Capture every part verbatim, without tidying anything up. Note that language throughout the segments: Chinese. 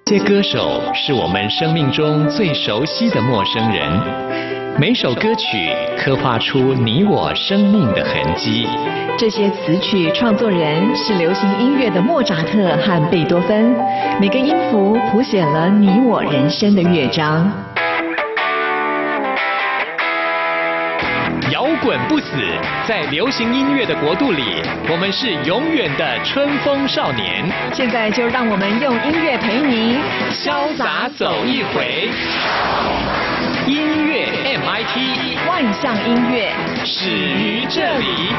这些歌手是我们生命中最熟悉的陌生人，每首歌曲刻画出你我生命的痕迹。 这些词曲创作人是流行音乐的莫扎特和贝多芬，每个音符谱写了你我人生的乐章。 摇滚不死，在流行音乐的国度里，我们是永远的春风少年。 现在就让我们用音乐陪你潇洒走一回。音乐 M I T， 万象音乐始于这里。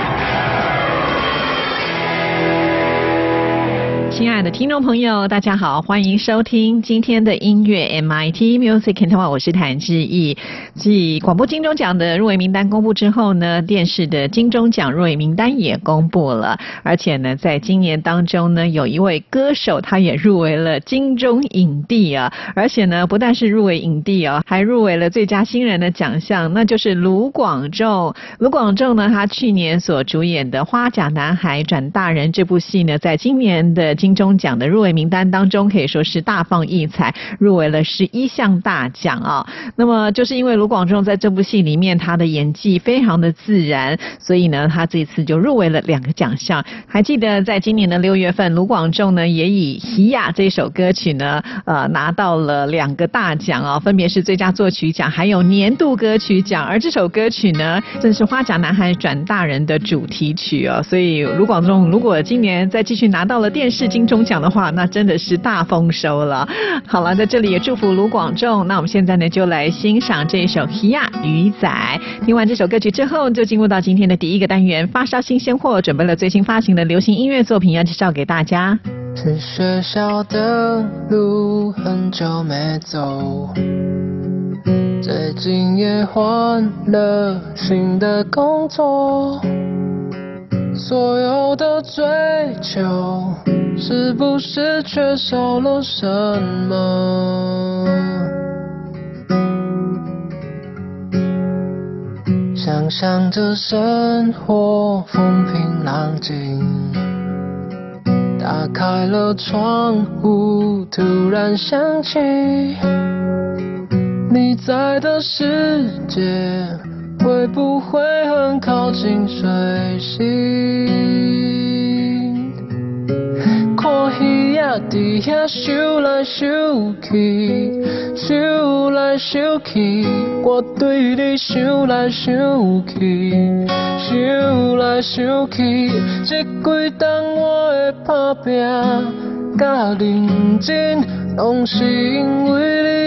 亲爱的听众朋友，大家好，欢迎收听今天的音乐 M I T Music in Taiwan， 我是谭志毅。继广播金钟奖的入围名单公布之后呢，电视的金钟奖入围名单也公布了，而且呢，在今年当中呢，有一位歌手他也入围了金钟影帝啊，而且呢，不但是入围影帝啊，还入围了最佳新人的奖项，那就是卢广仲。卢广仲呢，他去年所主演的《花甲男孩转大人》这部戏呢，在今年的金钟奖的入围名单当中可以说是大放异彩，入围了十一项大奖啊。那么就是因为卢广仲在这部戏里面他的演技非常的自然，所以呢他这次就入围了两个奖项。还记得在今年的六月份，卢广仲呢也以《喜雅》这首歌曲呢呃拿到了两个大奖啊，分别是最佳作曲奖还有年度歌曲奖。而这首歌曲呢正是《花甲男孩转大人》的主题曲哦，所以卢广仲如果今年再继续拿到了电视金钟奖的话，那真的是大丰收了。好了，在这里也祝福卢广仲。那我们现在呢就来欣赏这一首《喜雅鱼仔》。听完这首歌曲之后，就进入到今天的第一个单元发烧新鲜货，准备了最新发行的流行音乐作品要介绍给大家。 去学校的路很久没走，最近也换了新的工作，所有的追求是不是缺少了什么？想象着生活风平浪静，打开了窗户，突然想起你在的世界会不会很靠近水星？看鱼仔伫遐游来游去，游来游去，我对你想来想去，想来想去，这几冬我的打拼甲认真，拢是因为你。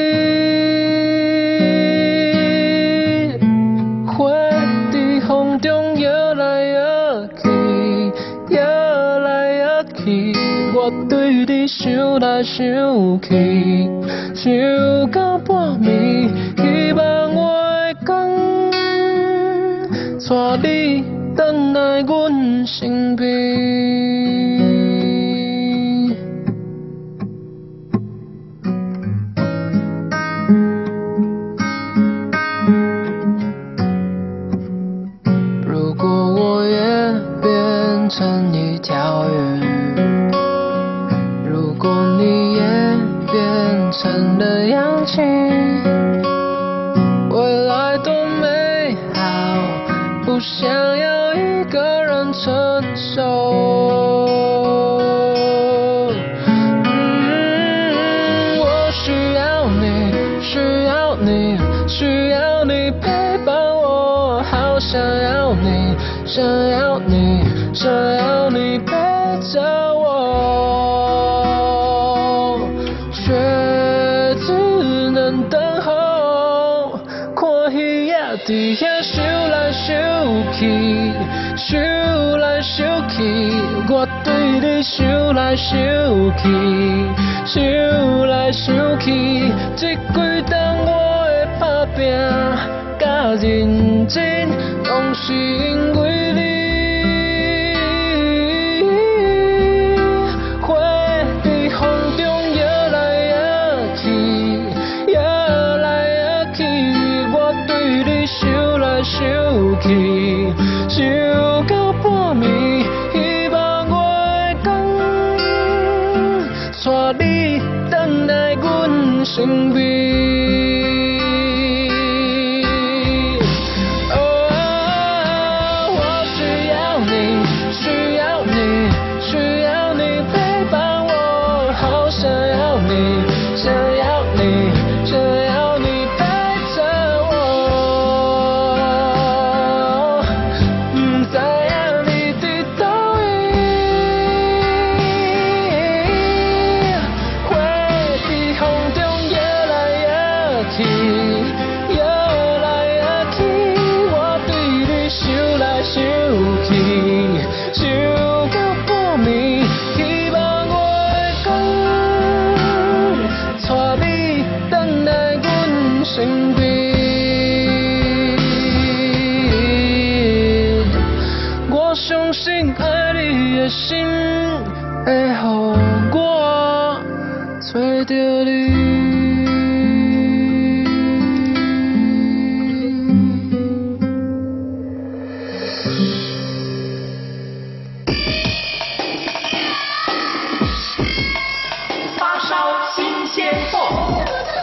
花在风中摇来摇去，摇来摇去，我对你想来想去，想到半暝，希望我的天带你回来阮身边。如果我也变成一条鱼，如果你也变成了氧气，未来多美好，不想要一个人承受。嗯，我需要你，需要你，需要你陪伴我，好想要你，想要你，想要你陪着我，却只能等候。看鱼仔伫遐游来游去，游来游去，我对你想来想去，想来想去，这几冬我的打拼甲认真，拢是因为你。花在风中摇来摇去，摇来摇去，我对你想来想去，想到半暝，希望我的天带你回来阮身边。心会予我找到你。 发烧新鲜货。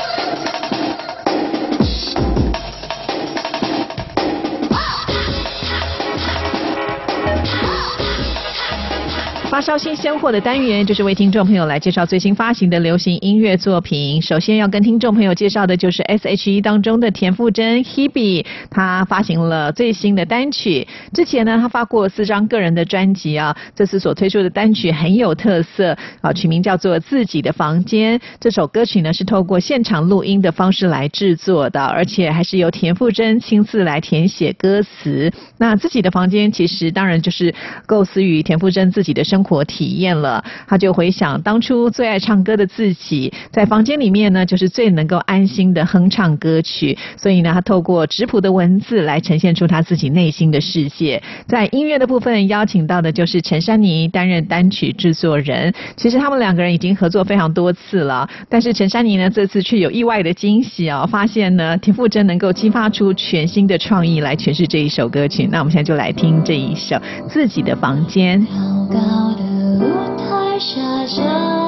发烧新鲜货的单元，就是为听众朋友来介绍最新发行的流行音乐作品。首先要跟听众朋友介绍的就是 S H E 当中的田馥甄 Hebe， 她发行了最新的单曲。之前呢，她发过四张个人的专辑啊，这次所推出的单曲很有特色啊，取名叫做《自己的房间》。这首歌曲呢是透过现场录音的方式来制作的，而且还是由田馥甄亲自来填写歌词。那《自己的房间》其实当然就是构思于田馥甄自己的生活体验了，他就回想当初最爱唱歌的自己，在房间里面呢，就是最能够安心的哼唱歌曲，所以呢，他透过质朴的文字来呈现出他自己内心的世界。在音乐的部分，邀请到的就是陈珊妮担任单曲制作人。其实他们两个人已经合作非常多次了，但是陈珊妮呢，这次却有意外的惊喜哦，发现呢，田馥甄能够激发出全新的创意来诠释这一首歌曲。那我们现在就来听这一首《自己的房间》。 高高的舞台下降，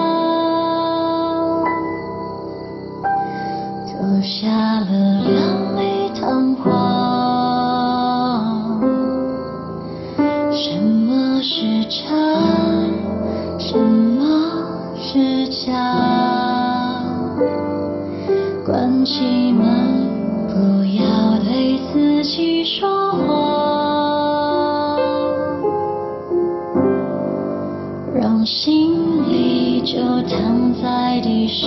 脱下了两肋堂皇。什么是真？什么是假？关起门，不要对自己说谎，让心里就躺在地上，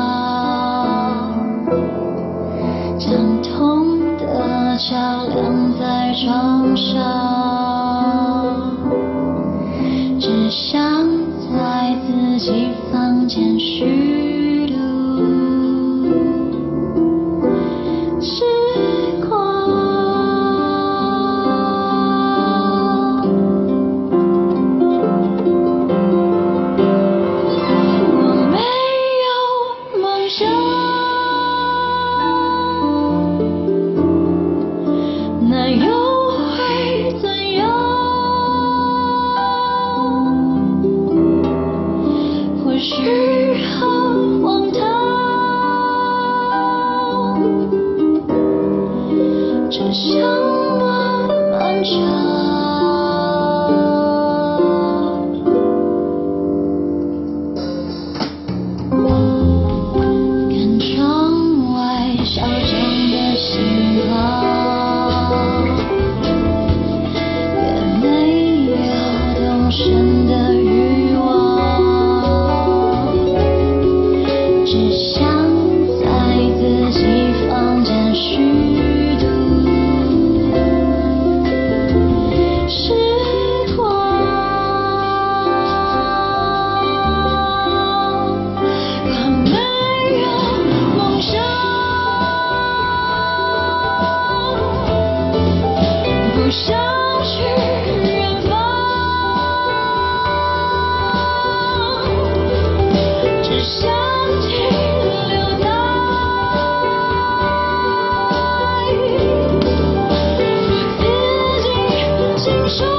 将痛的脚晾在床上，只想在自己房间虚度时光。我没有梦想，那又会怎样？或许很荒唐，只想慢慢长。看窗外小镇的星光，也没有动身的欲望，只想在自己房间虚度时光。我没有梦想，不想去远方，只想停留在我自己心上。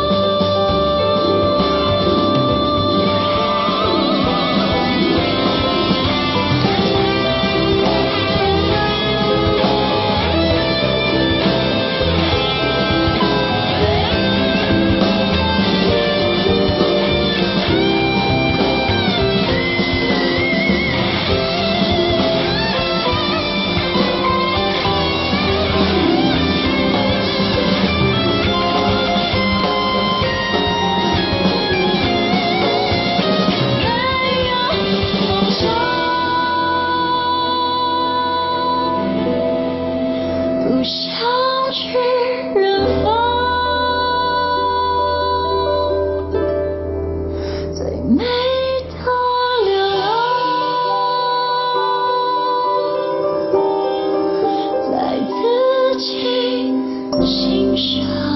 每段流浪，在自己心上。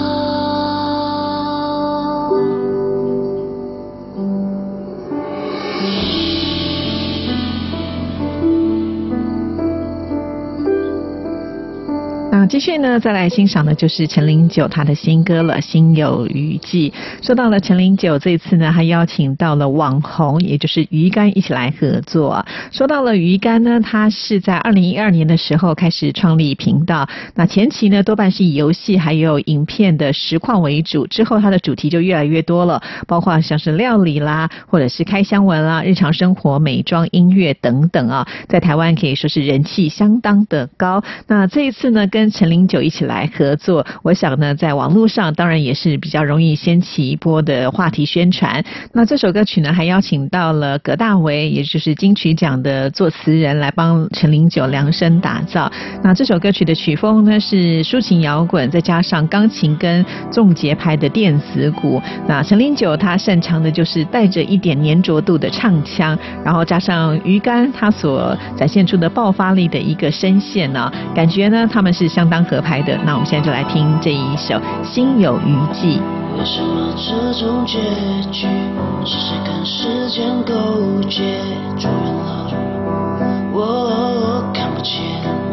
那继续呢，再来欣赏的就是陈零九他的新歌了，《心有余悸》。说到了陈零九，这次呢，还邀请到了网红，也就是鱼竿一起来合作。说到了鱼竿呢，他是在二零一二年的时候开始创立频道。那前期呢，多半是以游戏还有影片的实况为主，之后他的主题就越来越多了，包括像是料理啦，或者是开箱文啦、日常生活、美妆、音乐等等啊，在台湾可以说是人气相当的高。那这一次呢，跟陈零九一起来合作，我想呢，在网络上当然也是比较容易掀起一波的话题宣传。那这首歌曲呢，还邀请到了葛大为，也就是金曲奖的作词人，来帮陈零九量身打造。那这首歌曲的曲风呢是抒情摇滚，再加上钢琴跟重节拍的电子鼓。那陈零九他擅长的就是带着一点粘着度的唱腔，然后加上鱼竿他所展现出的爆发力的一个声线呢，感觉呢他们是相当合拍的。那我们现在就来听这一首《心有余悸》。 为什么这种结局是谁跟时间勾结？住院了，我看不见。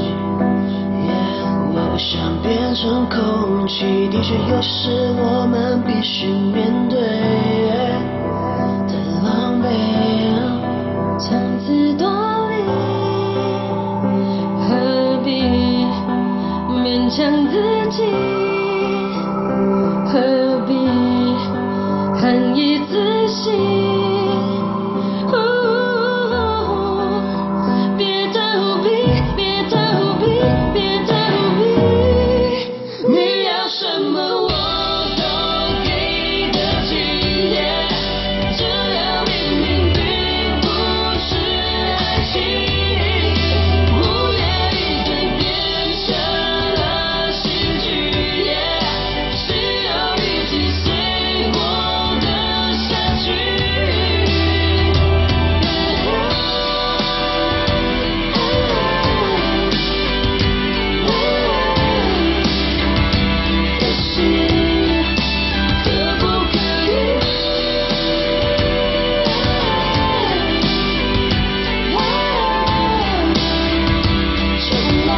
我不想变成空气，的确有时我们必须面对的狼狈。 强词夺理，何必勉强自己？何必含饴自省？别逃避，别逃避，别逃避。你要什么我都给得起，只要明明并不是爱情，不要一嘴变成了喜剧。心有余悸，谁活得下去？可惜，可不可以？重来。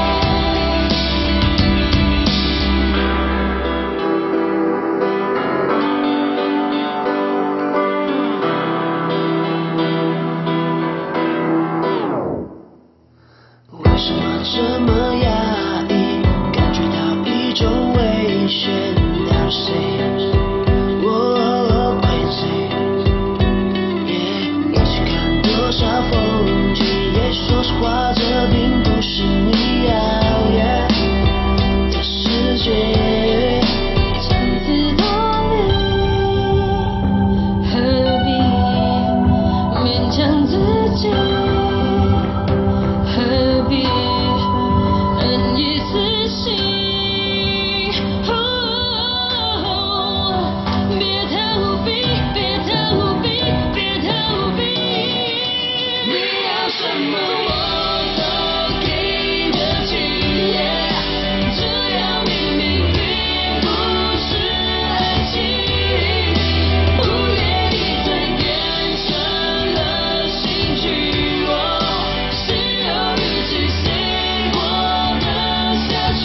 为什么这么压抑？感觉到一种危险。要是谁，我快点谁？一起看多少风景？也说实话，这并不是你要的世界。 强词夺理，何必勉强自己？何必含饴自省？别逃避，别逃避，别逃避。你要什么我都给得起，只要明明并不是爱情，不愿一嘴变成了喜剧。心有余悸，谁活得下去？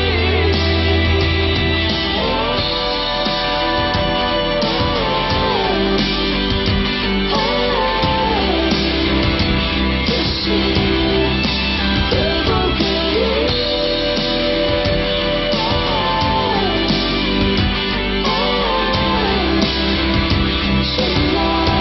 可惜，可不可以？重来。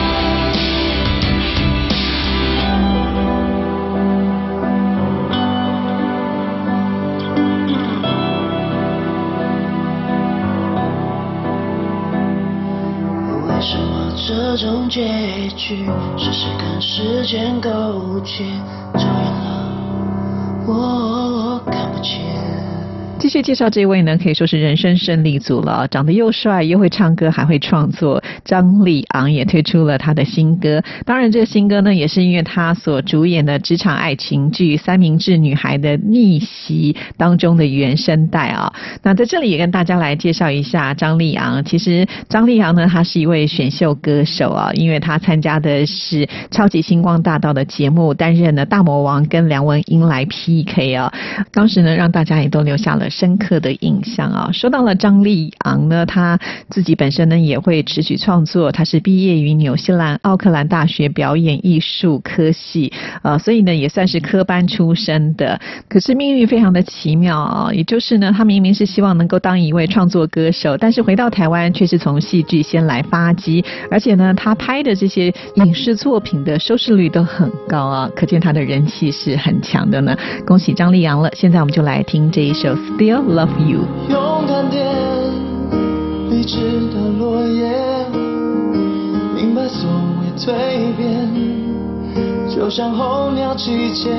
为什么这种结局是谁跟时间勾结？走远了，我看不见。 继续介绍这位呢，可以说是人生胜利组了，长得又帅又会唱歌还会创作， 张立昂也推出了他的新歌。当然这个新歌呢也是因为他所主演的职场爱情剧《三明治女孩的逆袭》当中的原声带啊。那在这里也跟大家来介绍一下张立昂。其实张立昂呢他是一位选秀歌手啊，因为他参加的是超级星光大道的节目，担任了大魔王跟梁文音来 P K 啊。当时呢让大家也都留下了深刻的印象啊。说到了张立昂呢，他自己本身呢也会词曲创作，他是毕业于纽西兰奥克兰大学表演艺术科系，呃，所以呢也算是科班出身的。可是命运非常的奇妙啊，也就是呢他明明是希望能够当一位创作歌手，但是回到台湾却是从戏剧先来发迹，而且呢他拍的这些影视作品的收视率都很高啊，可见他的人气是很强的呢。恭喜张立昂了，现在我们就来听这一首 Still Love You。 勇敢点，理智的落叶，明白所谓蜕变，就像候鸟期间，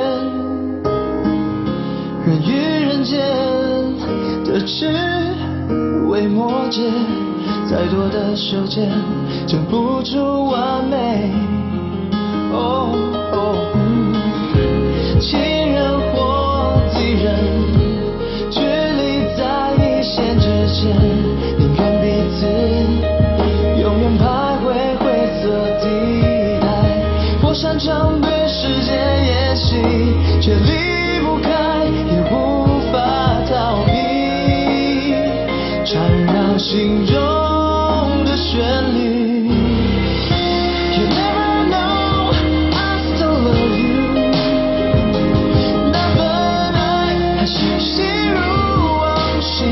人与人间的枝微末节，再多的修剪整不出完美。哦哦，情人或敌人，距离在一线之间，宁愿彼此永远徘徊灰色地带。我擅长对世界演戏，却离不开，也无法逃避，缠绕心中的旋律。You never know, I still love you。 那份爱还是细如往昔，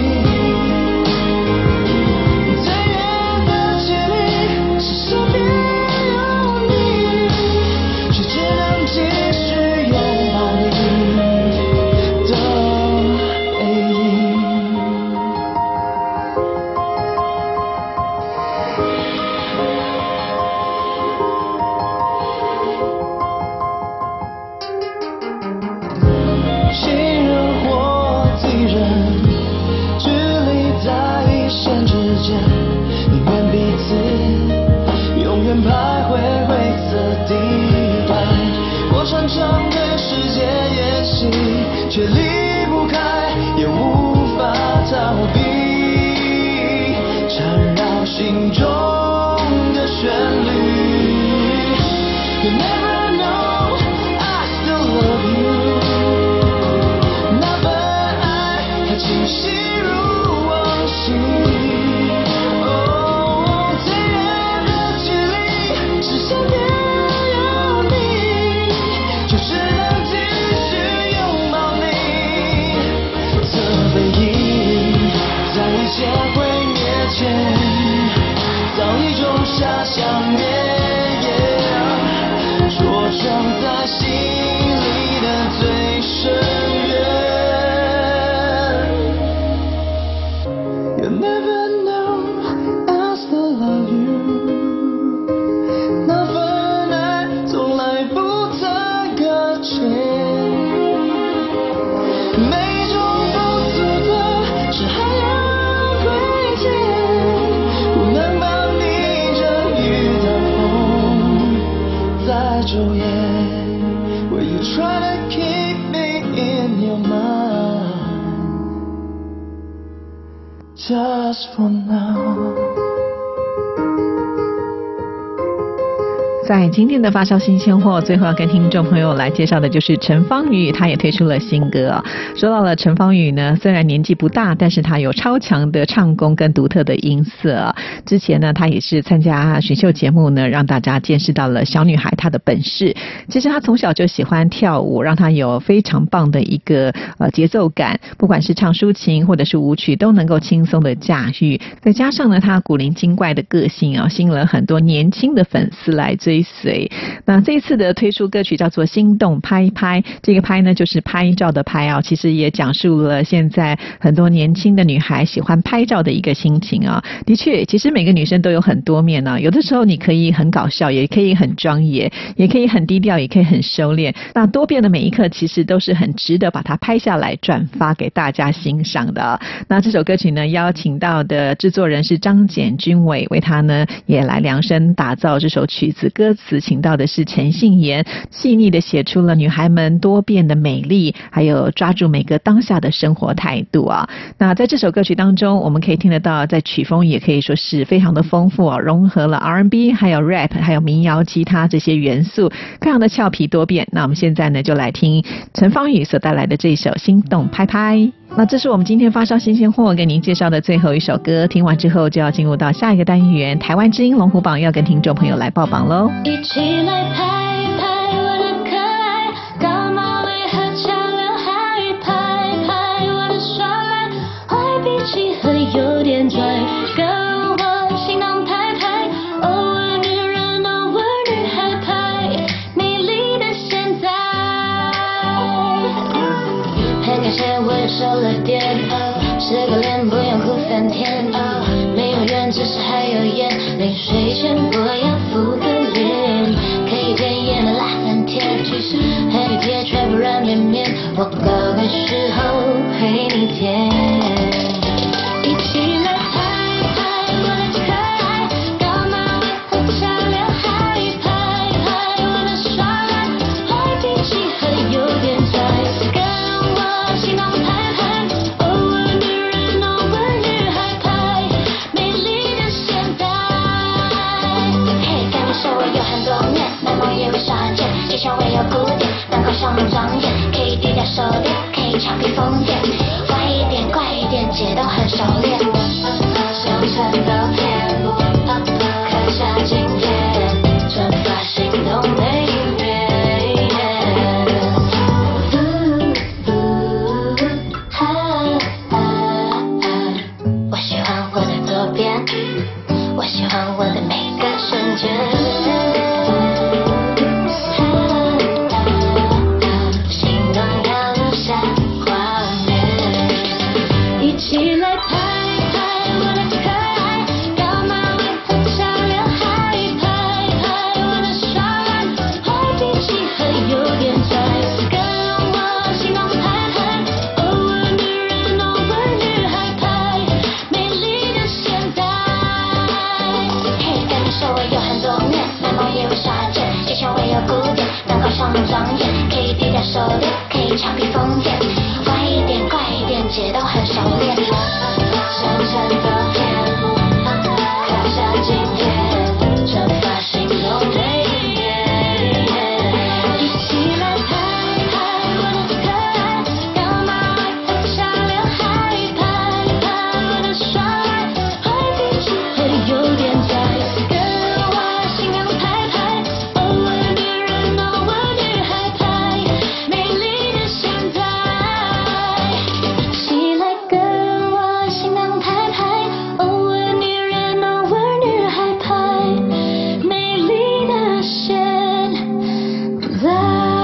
最远的距离，是身边有你，却只能继续拥抱你的背影。情人或敌人，距离在一线之间，宁愿彼此永远徘徊灰色地带。我擅长对世界演戏，却离不开，也无法逃避，缠绕心中的旋律。You never know, I still love you。 那份爱还清晰如往昔。哦，最远的距离，是身边有你，就是能继续拥抱你的背影。在一切毁灭前，早已种下想念。着装在心里的最深渊。You never know, I still love you。 那份爱从来不曾搁浅，每种不足的是还要亏欠，不能把你这雨的风在昼夜。Will you try to keep me in your mind just for now？ 在今天的发烧新鲜货，最后要跟听众朋友来介绍的就是陈芳语，她也推出了新歌啊。说到了陈芳语呢，虽然年纪不大，但是她有超强的唱功跟独特的音色啊。之前呢，她也是参加选秀节目呢，让大家见识到了小女孩她的本事。其实她从小就喜欢跳舞，让她有非常棒的一个呃节奏感，不管是唱抒情或者是舞曲，都能够轻松的驾驭。再加上呢，她古灵精怪的个性啊，吸引了很多年轻的粉丝来追。 追随。那这一次的推出歌曲叫做《心动拍拍》，这个拍呢就是拍照的拍啊，其实也讲述了现在很多年轻的女孩喜欢拍照的一个心情啊。的确，其实每个女生都有很多面啊，有的时候你可以很搞笑，也可以很庄严，也可以很低调，也可以很收敛。那多变的每一刻其实都是很值得把它拍下来转发给大家欣赏的。那这首歌曲呢，邀请到的制作人是张简君伟，为他呢也来量身打造这首曲子。歌词请到的是陈信妍，细腻的写出了女孩们多变的美丽，还有抓住每个当下的生活态度啊。那在这首歌曲当中，我们可以听得到，在曲风也可以说是非常的丰富啊，融合了 R and B 还有 rap 还有民谣吉他这些元素，非常的俏皮多变。那我们现在呢就来听陈芳语所带来的这一首《心动拍拍》。那这是我们今天发烧新鲜货给您介绍的最后一首歌，听完之后就要进入到下一个单元台湾之音龙虎榜，要跟听众朋友来报榜咯。 一起来拍拍我的可爱，高马尾和长刘海，拍拍我的耍赖，坏脾气和有点拽，跟我心动拍拍，偶尔女人偶尔女孩拍，美丽的现在。很感谢我又瘦了点，吃个脸不用哭三天，没有人只是还有烟，临睡前我要敷个脸，可以变颜的辣翻天，其实很贴却不软绵绵，我告白时候陪你甜，一起来拍拍我的可爱，高马尾和长刘海，拍拍我的耍赖，坏脾气和有点拽，跟我心动拍拍，偶尔女人偶尔女孩拍，美丽的现在。嘿，感觉手我有很多面，眉毛也会少很浅，技巧唯有古典，能够笑容庄严，可以低调收敛，可以俏皮疯癫，坏一点怪一点，姐都很熟练，想成照片，刻下今天，转发心动每一遍。我喜欢我的多变，我喜欢我的每个瞬间，心动要留下画面，一起来拍拍我的可爱，高马尾和长刘海，拍拍我的耍赖，坏脾气和有点拽，跟我心动拍拍，偶尔女人偶尔女孩拍，美丽的现在。嘿，感觉手我有很多面，眉毛也会少很浅，技巧唯有古典，能够笑容庄严，可以低调收敛，可以俏皮疯癫，坏一点怪一点，姐都很熟练，想成照片，刻下今天，转发心动每一遍，一起来拍拍我的可爱，高马尾和长刘海，拍拍我的耍赖，坏脾气和有点拽，跟我心动拍拍，偶尔女人偶尔女孩拍，美丽的现在，一起来跟我心动拍拍，偶尔女人偶尔女孩拍，美丽的现在。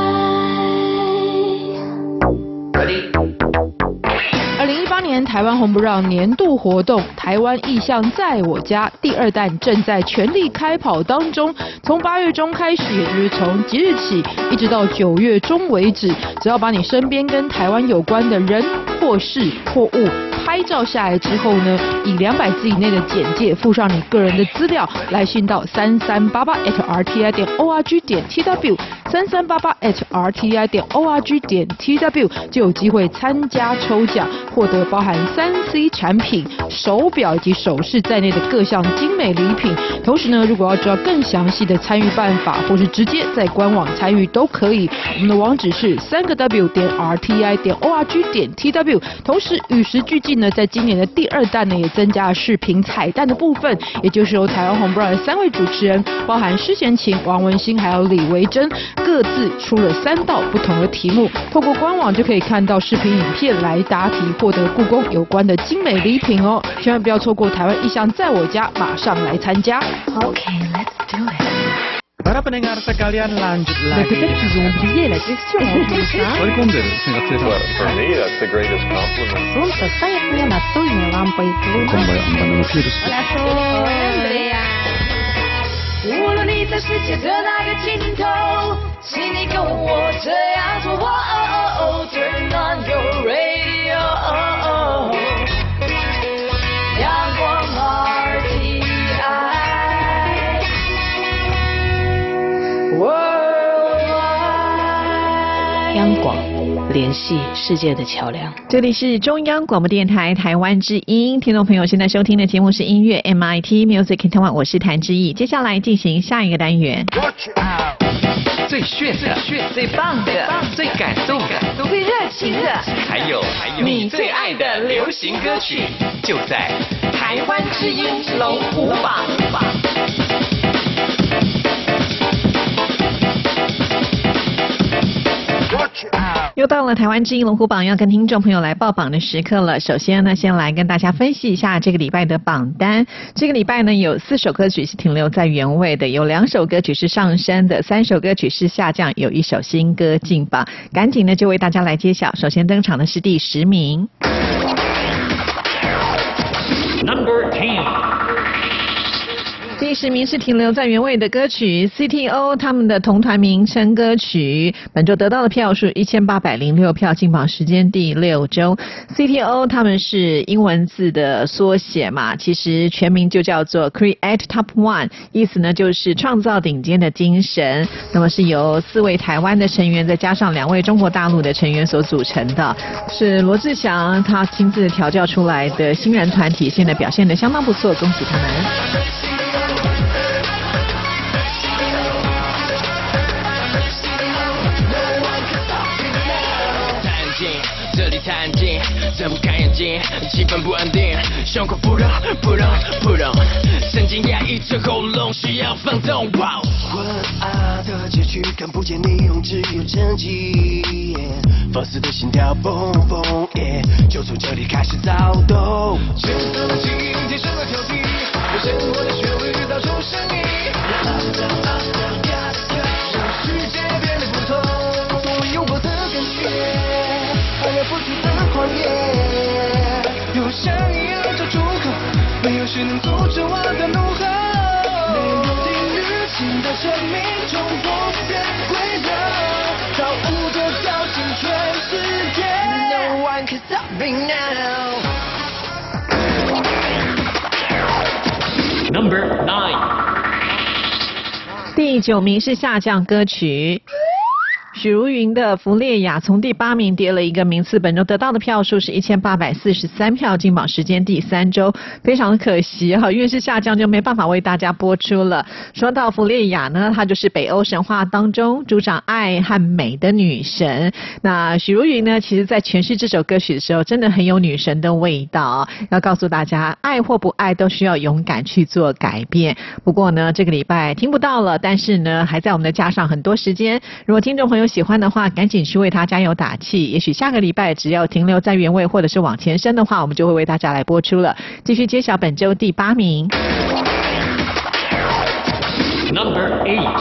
二零一八年台湾红不让年度活动台湾意象在我家第二弹正在全力开跑当中，从八月中开始，也就是从即日起一直到九月中为止，只要把你身边跟台湾有关的人或事或物拍照下来之后呢，以两百字以内的简介附上你个人的资料，来信到三三八八 at r t i 点 org 点 t w 三三八八 at r t i 点 org 点 t w 就有机会参加抽奖，获得包含三 C 产品、手表以及首饰在内的各项精美礼品。同时呢，如果要知道更详细的参与办法，或是直接在官网参与都可以。我们的网址是三个 w 点 r t i 点 org 点 t w。同时与时俱进呢，在今年的第二弹呢，也增加了视频彩蛋的部分，也就是由台湾红不让的三位主持人，包含施贤琴、王文馨还有李维珍，各自出了三道不同的题目，透过官网就可以看到视频影片来答题，获得故宫有关的精美礼品哦！千万不要错过台湾意象在我家，马上来参加。 Okay, let's do it. Para pendengar sekalian lanjut Mais lagi. peut-être qu'ils ont oublié la question en plus, hein. Welcome sengat Well, saya. for me, that's the greatest compliment. Solta, saya punya batunya lampu itu. Kembali mendengar virus. 无论你在世界的哪个尽头，请你跟我这样做。Turn on your radio， 阳光 R T I Worldwide。 央广联系世界的桥梁。 这里是中央广播电台台湾之音，听众朋友现在收听的节目是音乐 M I T Music in Taiwan， 我是谭志毅。接下来进行下一个单元。 最炫的、最棒的、最感动的、 最热情的， 还有还有你最爱的流行歌曲，就在台湾之音龙虎榜。 又到了台湾之音龙虎榜要跟听众朋友来报榜的时刻了。首先呢，先来跟大家分析一下这个礼拜的榜单。这个礼拜呢，有四首歌曲是停留在原位的，有两首歌曲是上升的，三首歌曲是下降，有一首新歌进榜。赶紧呢，就为大家来揭晓。首先登场的是第十名。 Number ten。 第十名是停留在原位的歌曲 C T O 他们的同团名称歌曲，本周得到的票数一千八百零六票，进榜时间第六周。C T O 他们是英文字的缩写嘛，其实全名就叫做 Create Top One， 意思呢就是创造顶尖的精神。那么是由四位台湾的成员再加上两位中国大陆的成员所组成的，是罗志祥他亲自调教出来的新人团体，现在表现得相当不错，恭喜他们。 这里太安静，睁不开眼睛，气氛不安定，胸口扑通扑通扑通，神经压抑着喉咙，需要放纵。哇！ 昏暗的街区看不见霓虹，只有沉寂。放肆的心跳蹦蹦，就从这里开始躁动。 现实的冷静，天生的调皮，有生活的旋律到处声音，让世界变得不同， 有我的感觉。不停的狂野， 有声音找出口，没有谁能阻止我的怒吼。 没有定律，新的生命中不变规则，造物者造进全世界。No one can stop me now. Number nine。 第九名是下降歌曲。许茹芸的《弗列雅》从第八名跌了一个名次，本周得到的票数是一千八百四十三票，进榜时间第三周，非常的可惜哈，因为是下降就没办法为大家播出了。说到弗列雅呢，她就是北欧神话当中主掌爱和美的女神。那许茹芸呢，其实在诠释这首歌曲的时候，真的很有女神的味道。要告诉大家，爱或不爱都需要勇敢去做改变。不过呢，这个礼拜听不到了，但是呢，还在我们的架上很多时间。如果听众朋友喜欢的话，赶紧去为他加油打气。也许下个礼拜只要停留在原位，或者是往前升的话，我们就会为大家来播出了。继续揭晓本周第八名。 Number eight。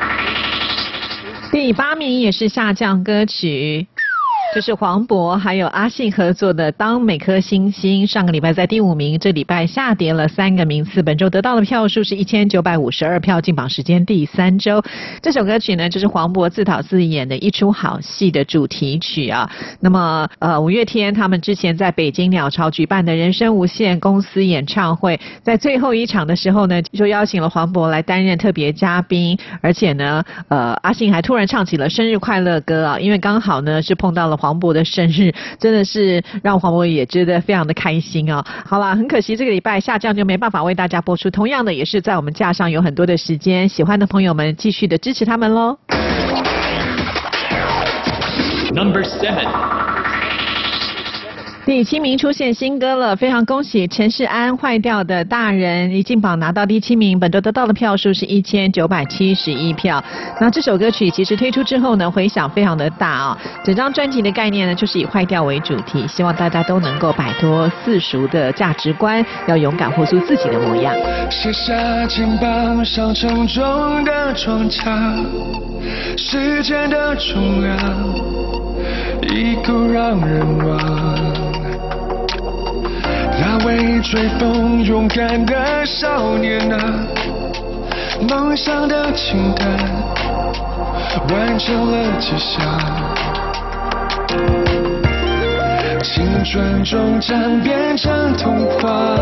第八名也是下降歌曲。这是黄渤还有阿信合作的《当每颗星星》，上个礼拜在第五名，这礼拜下跌了三个名次，本周得到的票数是一千九百五十二票，进榜时间第三周。这首歌曲呢，就是黄渤自导自演的一出好戏的主题曲啊。那么，呃，五月天他们之前在北京鸟巢举办的人生无限公司演唱会，在最后一场的时候呢，就邀请了黄渤来担任特别嘉宾，而且呢，呃，阿信还突然唱起了生日快乐歌啊，因为刚好呢是碰到了黄渤的生日，真的是让黄渤也觉得非常的开心哦。好啦，很可惜这个礼拜下降就没办法为大家播出，同样的也是在我们架上有很多的时间，喜欢的朋友们继续的支持他们咯。 Number seven。 第七名出现新歌了，非常恭喜陈世安，坏掉的大人一进榜拿到第七名，本周得到的票数是一千九百七十一票。那这首歌曲其实推出之后呢，回响非常的大啊、哦。整张专辑的概念呢，就是以坏掉为主题，希望大家都能够摆脱世俗的价值观，要勇敢活出自己的模样。 卸下肩膀上沉重的装甲，时间的重量已够让人忘。那位追风勇敢的少年啊，梦想的清单完成了几项，青春终将变成童话，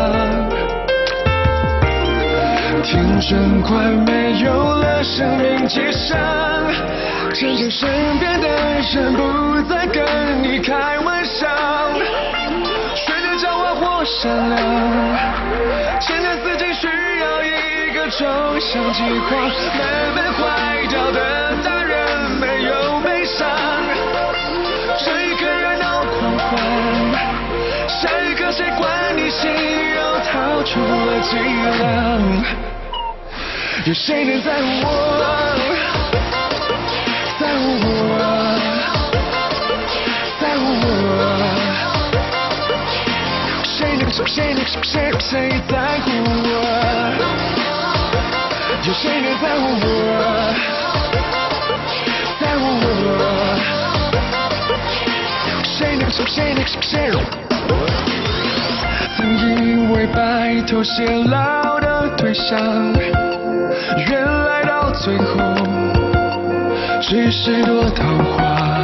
听真快没有了生命迹象，渐渐身边的人不再跟你开玩笑，学着狡猾或善良，现在自己需要一个终向计划，慢慢坏掉的大人没有悲伤，这一刻热闹狂欢，下一刻谁管你心又逃出了脊梁，有谁能在乎我，在乎我，在乎我，谁能谁能谁谁在乎我，有谁能在乎我，在乎我，谁能谁能谁能曾以为白头偕老的对象，原来到最后只是朵桃花，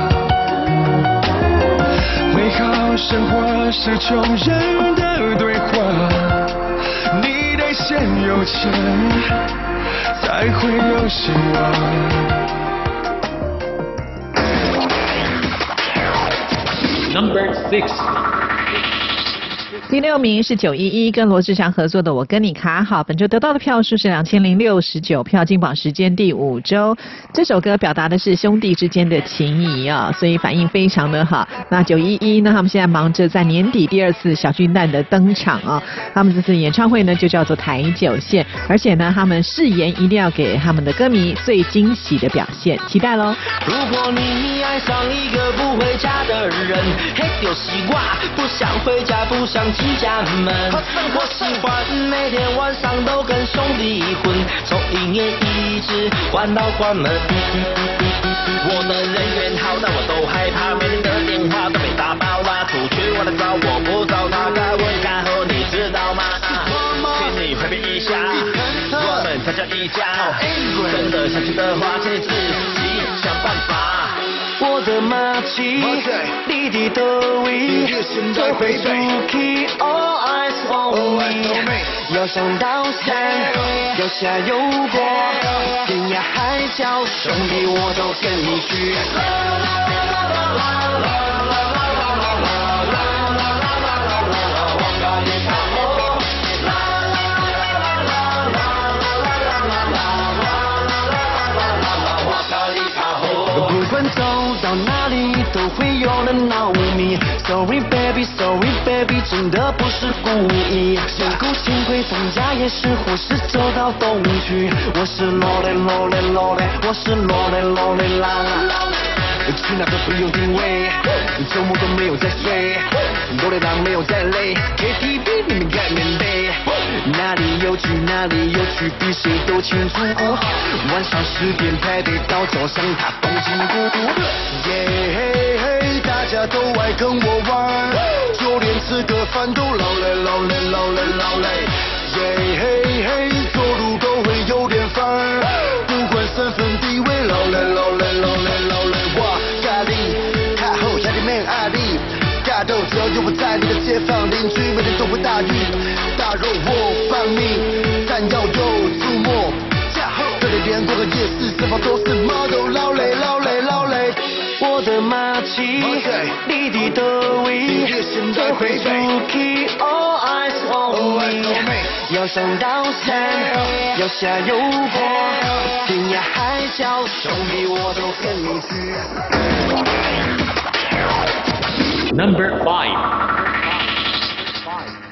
美好生活是穷人的对话，你得先有钱才会有希望。 Number six。 第六名是九一一跟罗志祥合作的《我跟你卡好》，本周得到的票数是两千零六十九票，进榜时间第五周。这首歌表达的是兄弟之间的情谊啊，所以反应非常的好。那九一一呢，他们现在忙着在年底第二次小巨蛋的登场啊，他们这次演唱会呢就叫做台九线，而且呢，他们誓言一定要给他们的歌迷最惊喜的表现，期待咯。 如果你爱上一个不回家的人，嘿，就是我，不想回家，不想进家门。我喜欢每天晚上都跟兄弟混，从营业一直玩到关门。我的人缘好，但我都害怕，每天的电话都被打爆了。出去玩的早，我不找他，该问该后你知道吗？请你回避一下，我们才叫一家。真的想去的话，请你自己想办法。我的马奇，你的德威，都会出去 ，All eyes on me。要上到山，要下有坡，天涯海角，兄弟我都跟你去。不管走到哪里都会有人闹你 Sorry baby Sorry baby 真的不是故意，见过幸亏放假也是或是走到东区，我是罗嘞罗嘞罗嘞，我是罗嘞罗嘞啦，去哪都不用定位，周末都没有在睡，罗嘞浪没有在累， K T V 里面盖棉被，哪里有去哪里有去比谁都清楚，晚上十点台北到早上他东京都，耶嘿嘿，大家都爱跟我玩，就连吃个饭都老累老累老累老累，耶嘿嘿，走路都会有点烦，不管身份地位，老累老累老累老累，哇咖喱，太后家里面爱丽。大豆只要有我在，你的街坊邻居每天都会大鱼大肉我放命，但要有注目。这里连过个夜市，四方都是 model， 老累老累老累。我的马奇，你的德威，都会出去 ，All eyes on me。要上到山，要下有坡，天涯海角，兄弟我都跟你去。 Number five。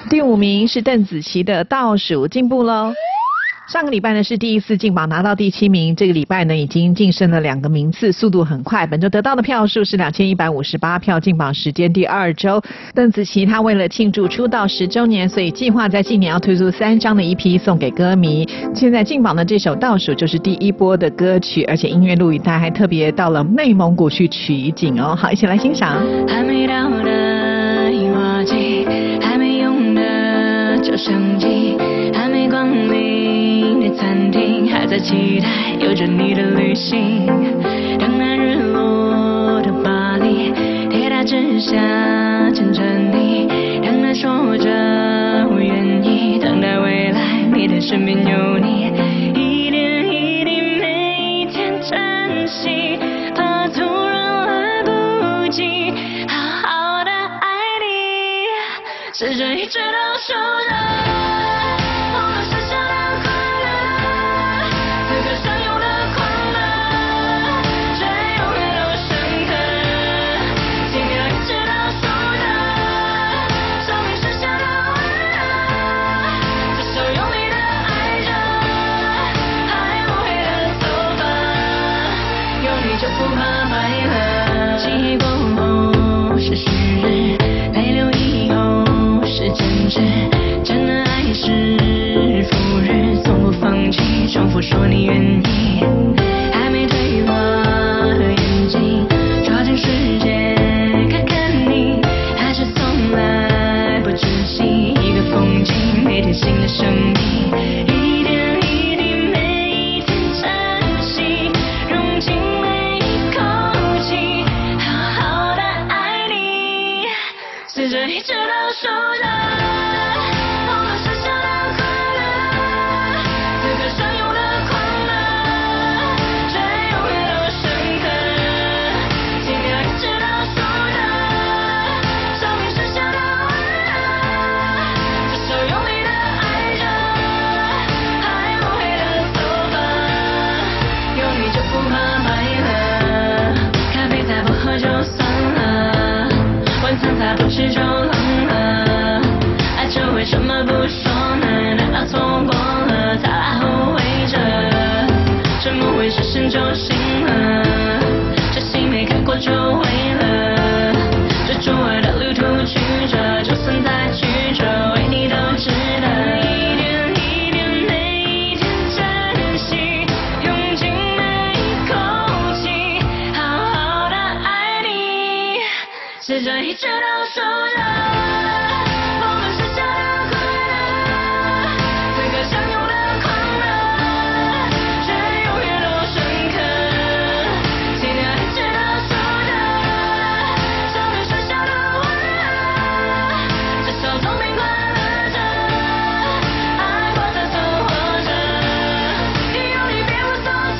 第五名是邓紫棋的倒数进步喽。上个礼拜呢是第一次进榜拿到第七名，这个礼拜呢已经晋升了两个名次，速度很快。本周得到的票数是两千一百五十八票，进榜时间第二周。邓紫棋她为了庆祝出道十周年，所以计划在今年要推出三张的 E P 送给歌迷。现在进榜的这首倒数就是第一波的歌曲，而且音乐录影带还特别到了内蒙古去取景哦。好，一起来欣赏。 还没到的樱花季，还没用的照相机，还没光临的餐厅，还在期待有着你的旅行。等那日落的巴黎，铁塔之下牵着你，等那说着我愿意，等待未来你的身边有你，一点一滴每一天珍惜，怕突然来不及好好的爱你，试着一直倒数着我们剩下的快乐，此刻相拥的快乐，却永远都深刻，今天一直倒数着生命剩下的温热，这手用力的爱着，还不会的走吧，有你就不怕白了。记忆过后是旭日，泪流以后是坚持，真的爱是日复日，从不放弃，重复说你愿意，还没退化的眼睛，抓紧时间看看你，还是从来不知悉一个风景，每天新的生命，一点一滴每一天珍惜，融进每一口气，好好的爱你，试着一直倒数着我们剩下的快乐，此刻相拥的快乐，却永远都深刻，今天一直倒数着生命剩下的温热，这手用力的爱着，还不会的走吧，有你就不怕白了，咖啡再不喝就算了，晚餐再不吃就冷了，爱着为什么不说呢？难道错过了才来后悔着？沉默会是神就醒了，这戏没看过就毁了，这周二的旅途曲折，就算再曲折，为你都值得。一点一点每一天珍惜，用尽每一口气，好好的爱你，试着一直倒数着我们剩下的快乐，此刻相拥的快乐，却永远都深刻，今天一直倒数着生命剩下的温热，至少总比快乐着，爱过才存活着，有你别无所求。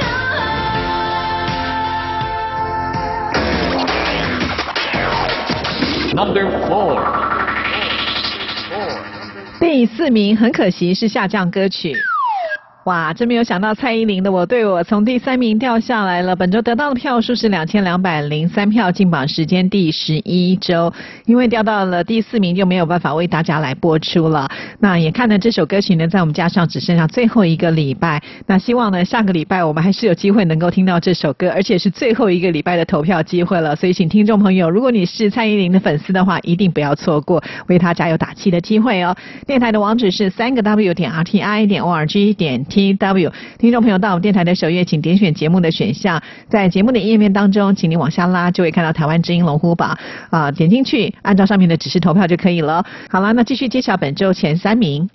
Number four。 第四名很可惜是下降歌曲。哇，真没有想到蔡依林的《我对我》从第三名掉下来了。本周得到的票数是两千两百零三票，进榜时间第十一周。因为掉到了第四名，就没有办法为大家来播出了。那也看了这首歌曲呢，在我们家上只剩下最后一个礼拜。那希望呢，下个礼拜我们还是有机会能够听到这首歌，而且是最后一个礼拜的投票机会了。所以，请听众朋友，如果你是蔡依林的粉丝的话，一定不要错过为她加油打气的机会哦。电台的网址是三个 W 点 R T I 点 O R G 点 T W。听众朋友到我们电台的首页，请点选节目的选项，在节目的页面当中，请你往下拉，就会看到台湾之音龙虎榜啊、呃，点进去，按照上面的指示投票就可以了。好了，那继续揭晓本周前三名。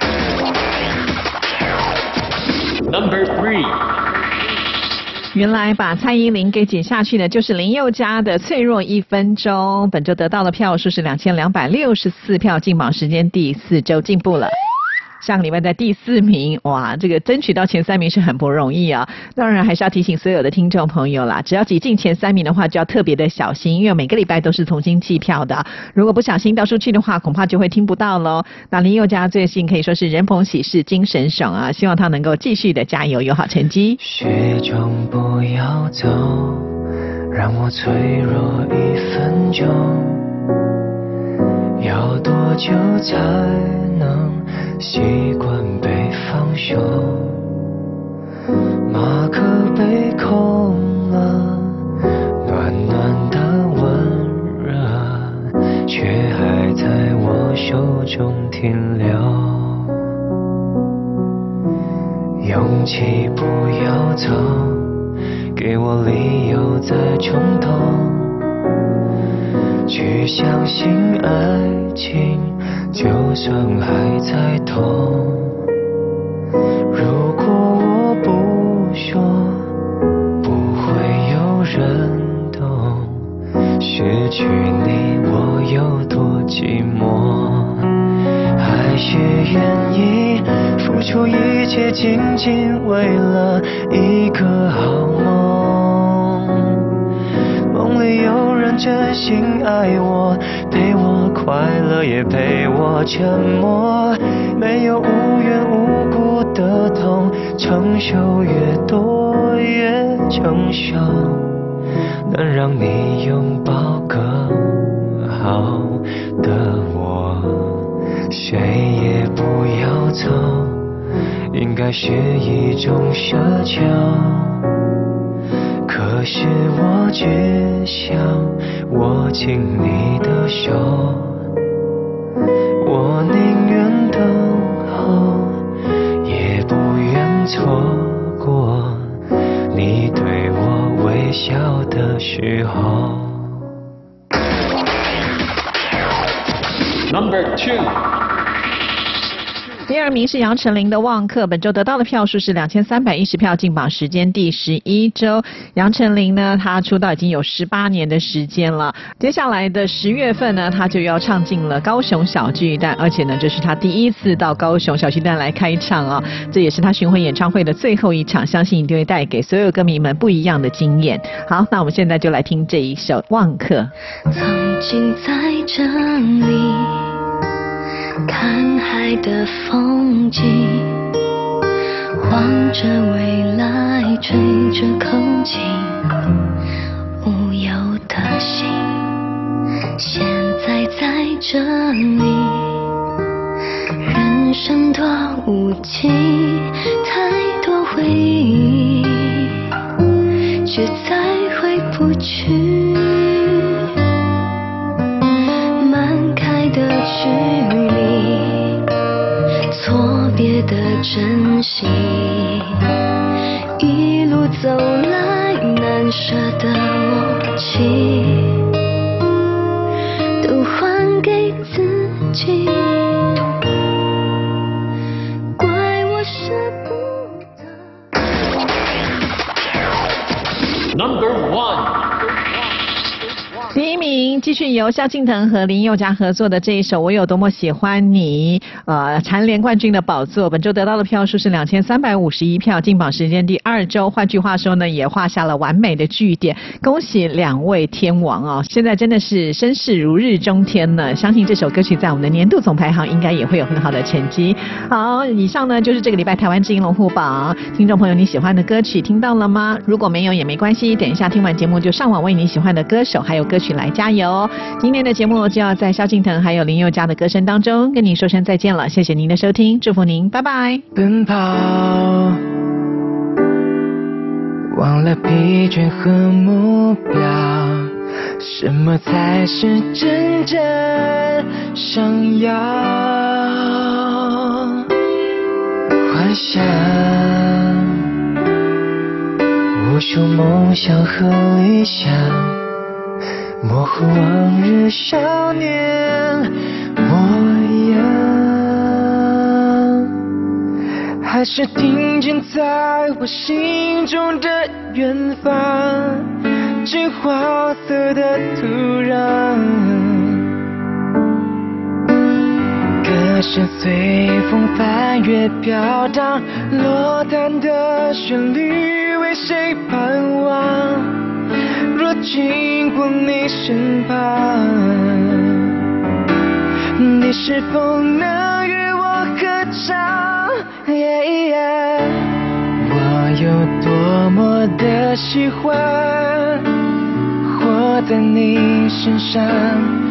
Number three。 原来把蔡依林给挤下去的就是林宥嘉的《脆弱一分钟》，本周得到的票数是两千两百六十四票，进榜时间第四周进步了。上个礼拜在第四名，哇，这个争取到前三名是很不容易啊。当然还是要提醒所有的听众朋友啦，只要挤进前三名的话，就要特别的小心，因为每个礼拜都是重新计票的。如果不小心掉出去的话，恐怕就会听不到咯。那林宥嘉最近可以说是人逢喜事精神爽啊，希望他能够继续的加油，有好成绩。 学中不要走，让我脆弱一分钟。有要多久才能习惯被放手？马克杯空了，暖暖的温热，却还在我手中停留。勇气不要走，给我理由再冲动，去相信爱情，就算还在痛。如果我不说，不会有人懂，失去你我有多寂寞。还是愿意付出一切，仅仅为了一个好梦。梦里有人真心爱我，陪我快乐也陪我沉默，没有无缘无故的痛，承受越多越成熟，能让你拥抱更好的我。谁也不要走，应该是一种奢求，可是我只想握紧你的手，我宁愿等候，也不愿错过你对我微笑的时候。 Number two。 第二名是杨丞琳的《旺客》，本周得到的票数是两千三百一十票，进榜时间第十一周。杨丞琳呢，她出道已经有十八年的时间了。接下来的十月份呢，她就要唱进了高雄小巨蛋，而且呢，这是她第一次到高雄小巨蛋来开唱啊，这也是她巡回演唱会的最后一场，相信一定会带给所有歌迷们不一样的经验。好，那我们现在就来听这一首《旺客》。 曾经在这里看海的风景，望着未来，吹着空气，无忧的心。现在在这里，人生多无情，太多回忆，却再回不去。满开的距离，错别的珍惜，一路走来难舍的默契，都还给自己，怪我舍不得。 Number one。 第一名继续由萧敬腾和林宥嘉合作的这一首《我有多么喜欢你》，呃，蝉联冠军的宝座。本周得到的票数是两千三百五十一票，进榜时间第二周。换句话说呢，也画下了完美的句点。恭喜两位天王哦！现在真的是声势如日中天呢。相信这首歌曲在我们的年度总排行应该也会有很好的成绩。好，以上呢就是这个礼拜台湾之音龙虎榜。听众朋友，你喜欢的歌曲听到了吗？如果没有也没关系，等一下听完节目就上网为你喜欢的歌手还有歌曲来加油。今天的节目就要在萧敬腾还有林宥嘉的歌声当中跟您说声再见了，谢谢您的收听，祝福您，拜拜。 奔跑，忘了疲倦和目标，什么才是真正想要？幻想，无数梦想和理想，模糊往日少年模样，还是听见在我心中的远方，金黄色的土壤，歌声随风翻越飘荡，落单的旋律为谁盼望？若经过你身旁，你是否能与我合唱？ yeah, yeah 我有多么的喜欢活在你身上。